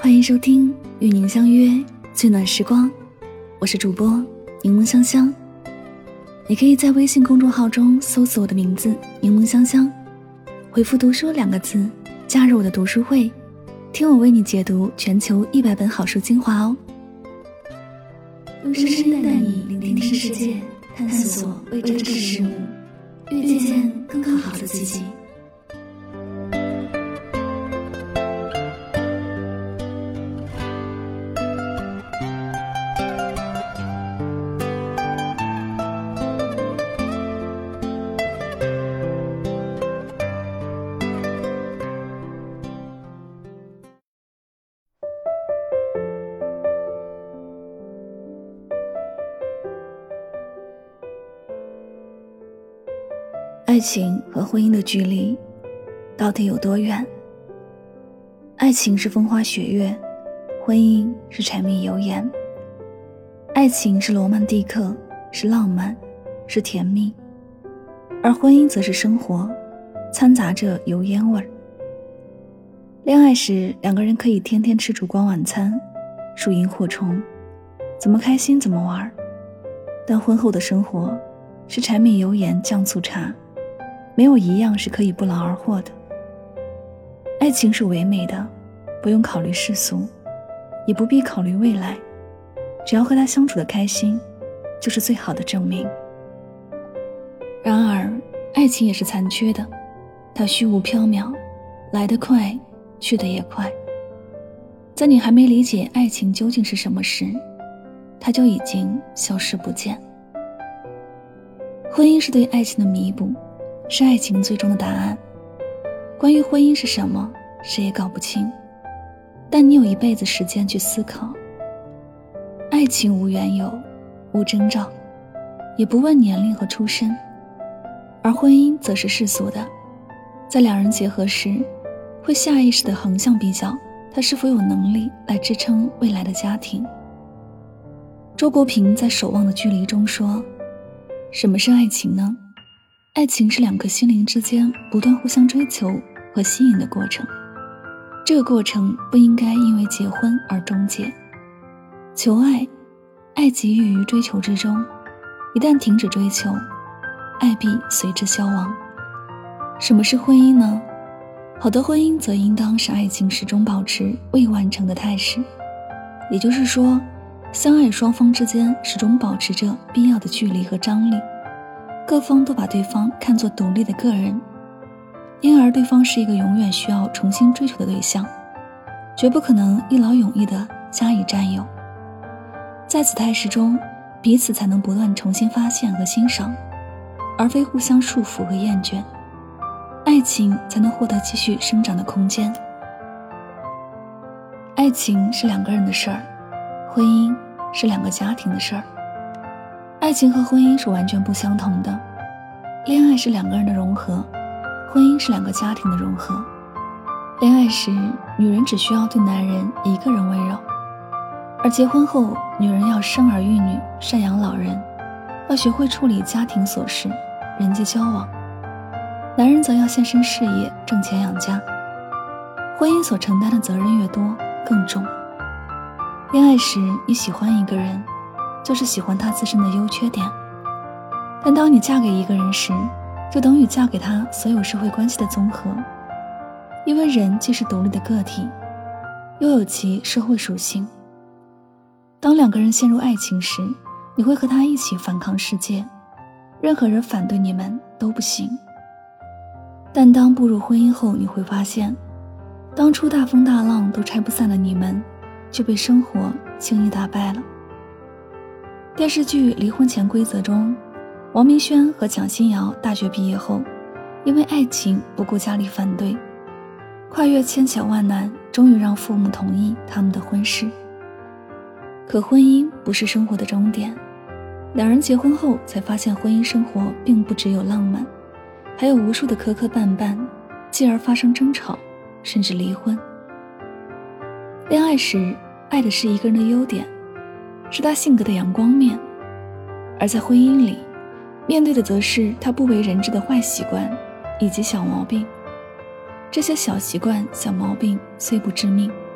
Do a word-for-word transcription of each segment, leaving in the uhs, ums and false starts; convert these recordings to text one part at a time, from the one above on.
欢迎收听与您相约最暖时光，我是主播柠檬香香。你可以在微信公众号中搜索我的名字柠檬香香，回复读书两个字，加入我的读书会，听我为你解读全球一百本好书精华哦。用声音带你聆听世界，探索未知的事物，遇见更好的自己。爱情和婚姻的距离到底有多远？爱情是风花雪月，婚姻是柴米油盐。爱情是罗曼蒂克，是浪漫，是甜蜜，而婚姻则是生活，掺杂着油烟味儿。恋爱时，两个人可以天天吃烛光晚餐，数萤火虫，怎么开心怎么玩。但婚后的生活是柴米油盐酱醋茶，没有一样是可以不劳而获的。爱情是唯美的，不用考虑世俗，也不必考虑未来，只要和他相处的开心，就是最好的证明。然而爱情也是残缺的，它虚无缥缈，来得快，去得也快。在你还没理解爱情究竟是什么时，它就已经消失不见。婚姻是对爱情的弥补，是爱情最终的答案。关于婚姻是什么，谁也搞不清，但你有一辈子时间去思考。爱情无缘由，无征兆，也不问年龄和出身，而婚姻则是世俗的，在两人结合时，会下意识地横向比较他是否有能力来支撑未来的家庭。周国平在《守望的距离》中说，什么是爱情呢？爱情是两颗心灵之间不断互相追求和吸引的过程，这个过程不应该因为结婚而终结。求爱，爱给予于追求之中，一旦停止追求，爱必随之消亡。什么是婚姻呢？好的婚姻则应当是爱情始终保持未完成的态势，也就是说，相爱双方之间始终保持着必要的距离和张力，各方都把对方看作独立的个人，因而对方是一个永远需要重新追求的对象，绝不可能一劳永逸地加以占有。在此态势中，彼此才能不断重新发现和欣赏，而非互相束缚和厌倦，爱情才能获得继续生长的空间。爱情是两个人的事儿，婚姻是两个家庭的事儿。爱情和婚姻是完全不相同的，恋爱是两个人的融合，婚姻是两个家庭的融合。恋爱时，女人只需要对男人一个人温柔，而结婚后，女人要生儿育女，赡养老人，要学会处理家庭琐事，人际交往。男人则要献身事业，挣钱养家。婚姻所承担的责任越多，更重。恋爱时，你喜欢一个人，就是喜欢他自身的优缺点，但当你嫁给一个人时，就等于嫁给他所有社会关系的综合。因为人既是独立的个体，又有其社会属性。当两个人陷入爱情时，你会和他一起反抗世界，任何人反对你们都不行。但当步入婚姻后，你会发现，当初大风大浪都拆不散的你们，却被生活轻易打败了。电视剧《离婚潜规则》中，王明轩和蒋欣瑶大学毕业后，因为爱情不顾家里反对，跨越千险万难，终于让父母同意他们的婚事。可婚姻不是生活的终点，两人结婚后才发现，婚姻生活并不只有浪漫，还有无数的磕磕绊绊，继而发生争吵，甚至离婚。恋爱时，爱的是一个人的优点，是他性格的阳光面，而在婚姻里，面对的则是他不为人知的坏习惯以及小毛病。这些小习惯、小毛病虽不致命，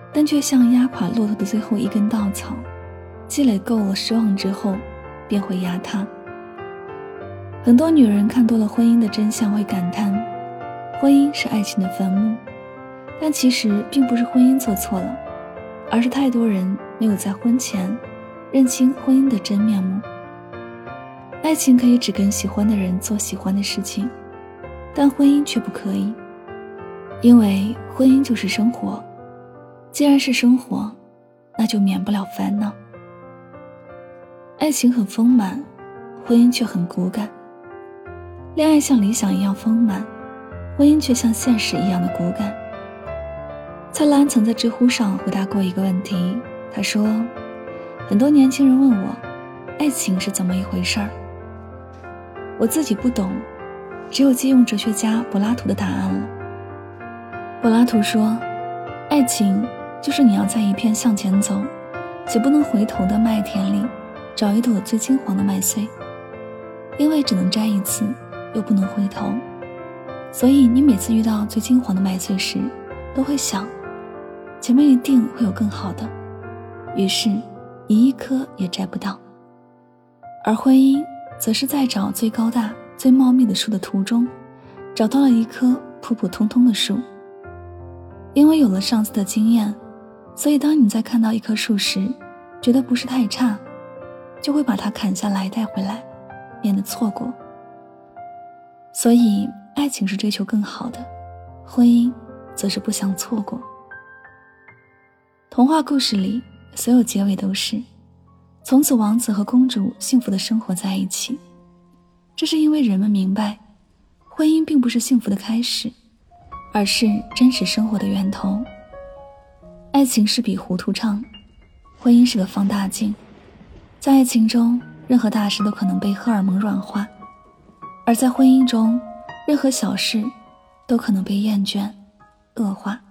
但却像压垮骆驼的最后一根稻草，积累够了失望之后便会压塌。很多女人看多了婚姻的真相会感叹，婚姻是爱情的坟墓，但其实并不是婚姻做错了，而是太多人没有在婚前认清婚姻的真面目。爱情可以只跟喜欢的人做喜欢的事情，但婚姻却不可以，因为婚姻就是生活，既然是生活，那就免不了烦恼。爱情很丰满，婚姻却很骨感。恋爱像理想一样丰满，婚姻却像现实一样的骨感。蔡澜曾在知乎上回答过一个问题，他说，很多年轻人问我，爱情是怎么一回事儿？我自己不懂，只有借用哲学家柏拉图的答案了。柏拉图说，爱情就是你要在一片向前走且不能回头的麦田里找一朵最金黄的麦穗，因为只能摘一次又不能回头，所以你每次遇到最金黄的麦穗时都会想，前面一定会有更好的，于是一一颗也摘不到。而婚姻则是在找最高大最茂密的树的途中找到了一棵普普通通的树。因为有了上次的经验，所以当你在看到一棵树时觉得不是太差，就会把它砍下来带回来，免得错过。所以爱情是追求更好的，婚姻则是不想错过。童话故事里所有结尾都是从此王子和公主幸福地生活在一起，这是因为人们明白，婚姻并不是幸福的开始，而是真实生活的源头。爱情是笔糊涂账，婚姻是个放大镜，在爱情中任何大事都可能被荷尔蒙软化，而在婚姻中任何小事都可能被厌倦恶化。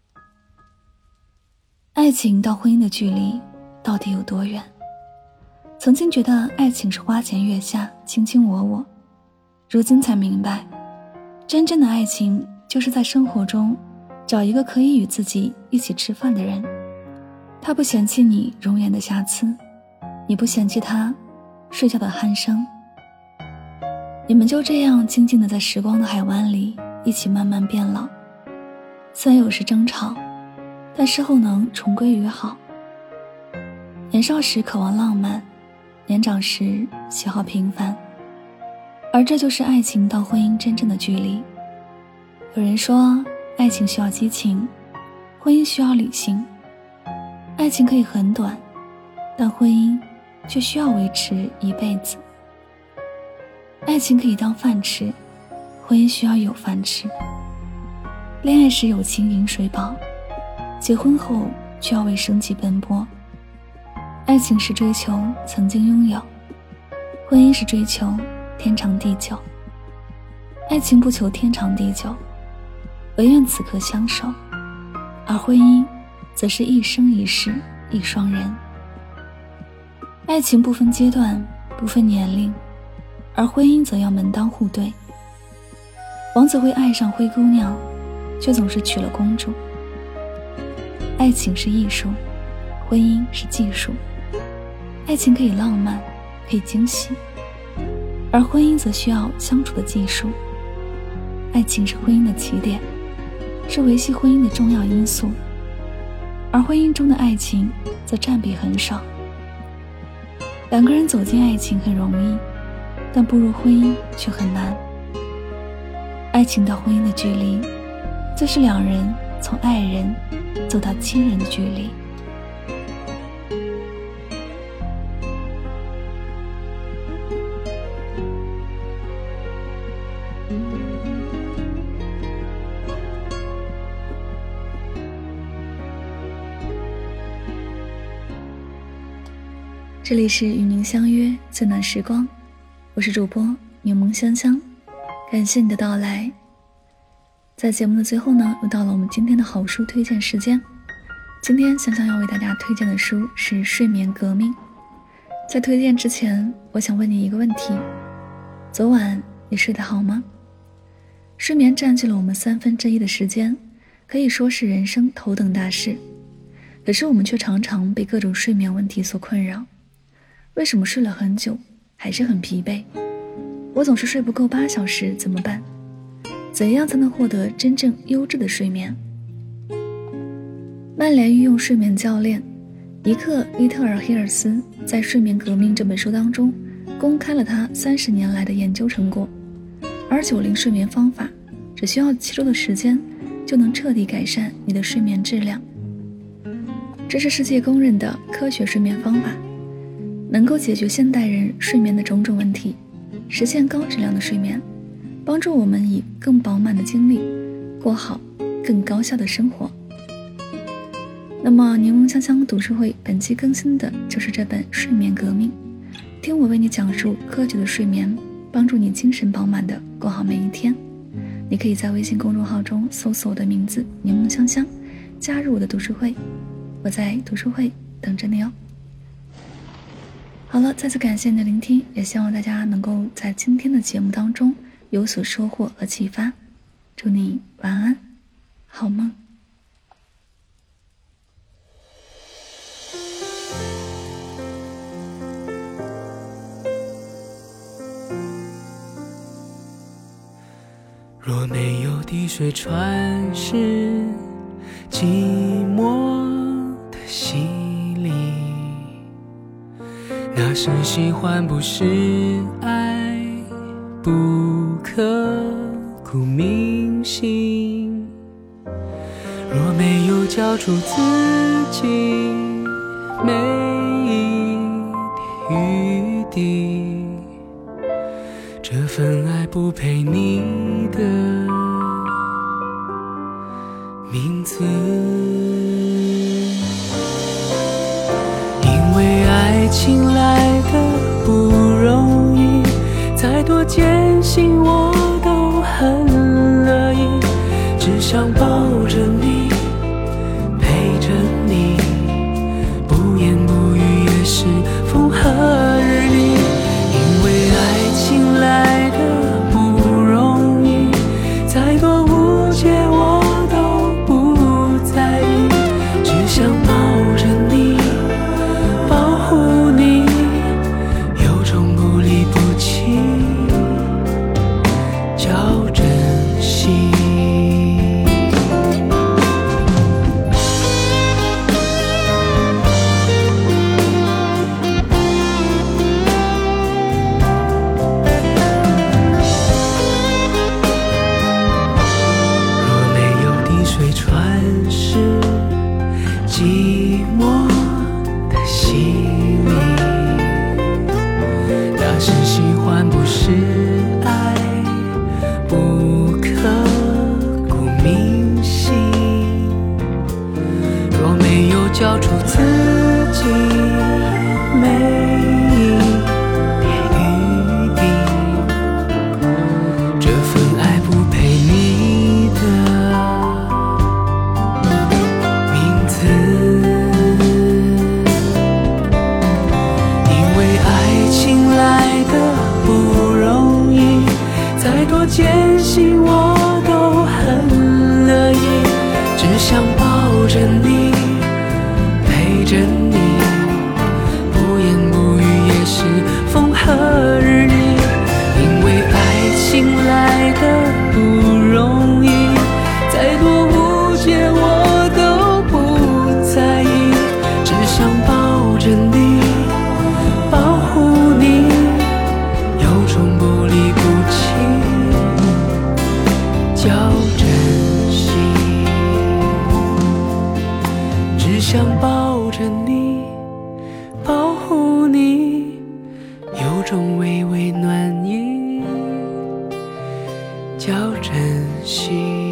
爱情到婚姻的距离到底有多远？曾经觉得爱情是花前月下卿卿我我，如今才明白，真正的爱情就是在生活中找一个可以与自己一起吃饭的人，他不嫌弃你容颜的瑕疵，你不嫌弃他睡觉的鼾声，你们就这样静静地在时光的海湾里一起慢慢变老。虽然有时争吵，但事后能重归于好。年少时渴望浪漫，年长时喜好平凡，而这就是爱情到婚姻真正的距离。有人说，爱情需要激情，婚姻需要理性。爱情可以很短，但婚姻却需要维持一辈子。爱情可以当饭吃，婚姻需要有饭吃。恋爱时有情饮水饱，结婚后却要为生计奔波。爱情是追求曾经拥有，婚姻是追求天长地久。爱情不求天长地久，唯愿此刻相守，而婚姻则是一生一世一双人。爱情不分阶段，不分年龄，而婚姻则要门当户对。王子会爱上灰姑娘，却总是娶了公主。爱情是艺术，婚姻是技术。爱情可以浪漫，可以惊喜，而婚姻则需要相处的技术。爱情是婚姻的起点，是维系婚姻的重要因素，而婚姻中的爱情则占比很少。两个人走进爱情很容易，但步入婚姻却很难。爱情到婚姻的距离，就是两人从爱人走到亲人的距离。这里是与您相约最暖时光，我是主播柠檬香香，感谢你的到来。在节目的最后呢，又到了我们今天的好书推荐时间。今天香香要为大家推荐的书是《睡眠革命》。在推荐之前，我想问你一个问题：昨晚你睡得好吗？睡眠占据了我们三分之一的时间，可以说是人生头等大事。 可是我们却常常被各种睡眠问题所困扰。为什么睡了很久还是很疲惫？我总是睡不够八小时，怎么办？怎样才能获得真正优质的睡眠？曼联御用睡眠教练尼克·利特尔黑尔斯在《睡眠革命》这本书当中公开了他三十年来的研究成果，而九零睡眠方法只需要七周的时间就能彻底改善你的睡眠质量。这是世界公认的科学睡眠方法，能够解决现代人睡眠的种种问题，实现高质量的睡眠，帮助我们以更饱满的精力过好更高效的生活。那么柠檬香香读书会本期更新的就是这本《睡眠革命》，听我为你讲述科学的睡眠，帮助你精神饱满的过好每一天。你可以在微信公众号中搜索我的名字柠檬香香，加入我的读书会，我在读书会等着你哦。好了，再次感谢你的聆听，也希望大家能够在今天的节目当中有所收获和启发。祝你晚安，好梦。 若没有滴水穿石，寂寞的洗礼，那是喜欢不是爱，不刻骨铭心。若没有交出自己每一点余地，这份爱不配你的名字。因为爱情来的不容易，再多艰辛我都很乐意，只想抱着你，陪着你，不言不语也是风和日丽。因为爱情来的不容易，再多误解我都不在意，只想抱着你，保护你，有种不离不弃叫珍惜。寂寞的洗礼，那是喜欢不是爱，不刻骨铭心。若没有交出自己每一点余地，这份爱不配你的艰辛我都很乐意，只想抱着你，陪着你，不言不语也是风和日丽。因为爱情来的不容易，再多误解我都不在意，只想抱着你，保护你，有种不离不弃叫珍惜。只想抱着你，保护你，有种微微暖意叫珍惜。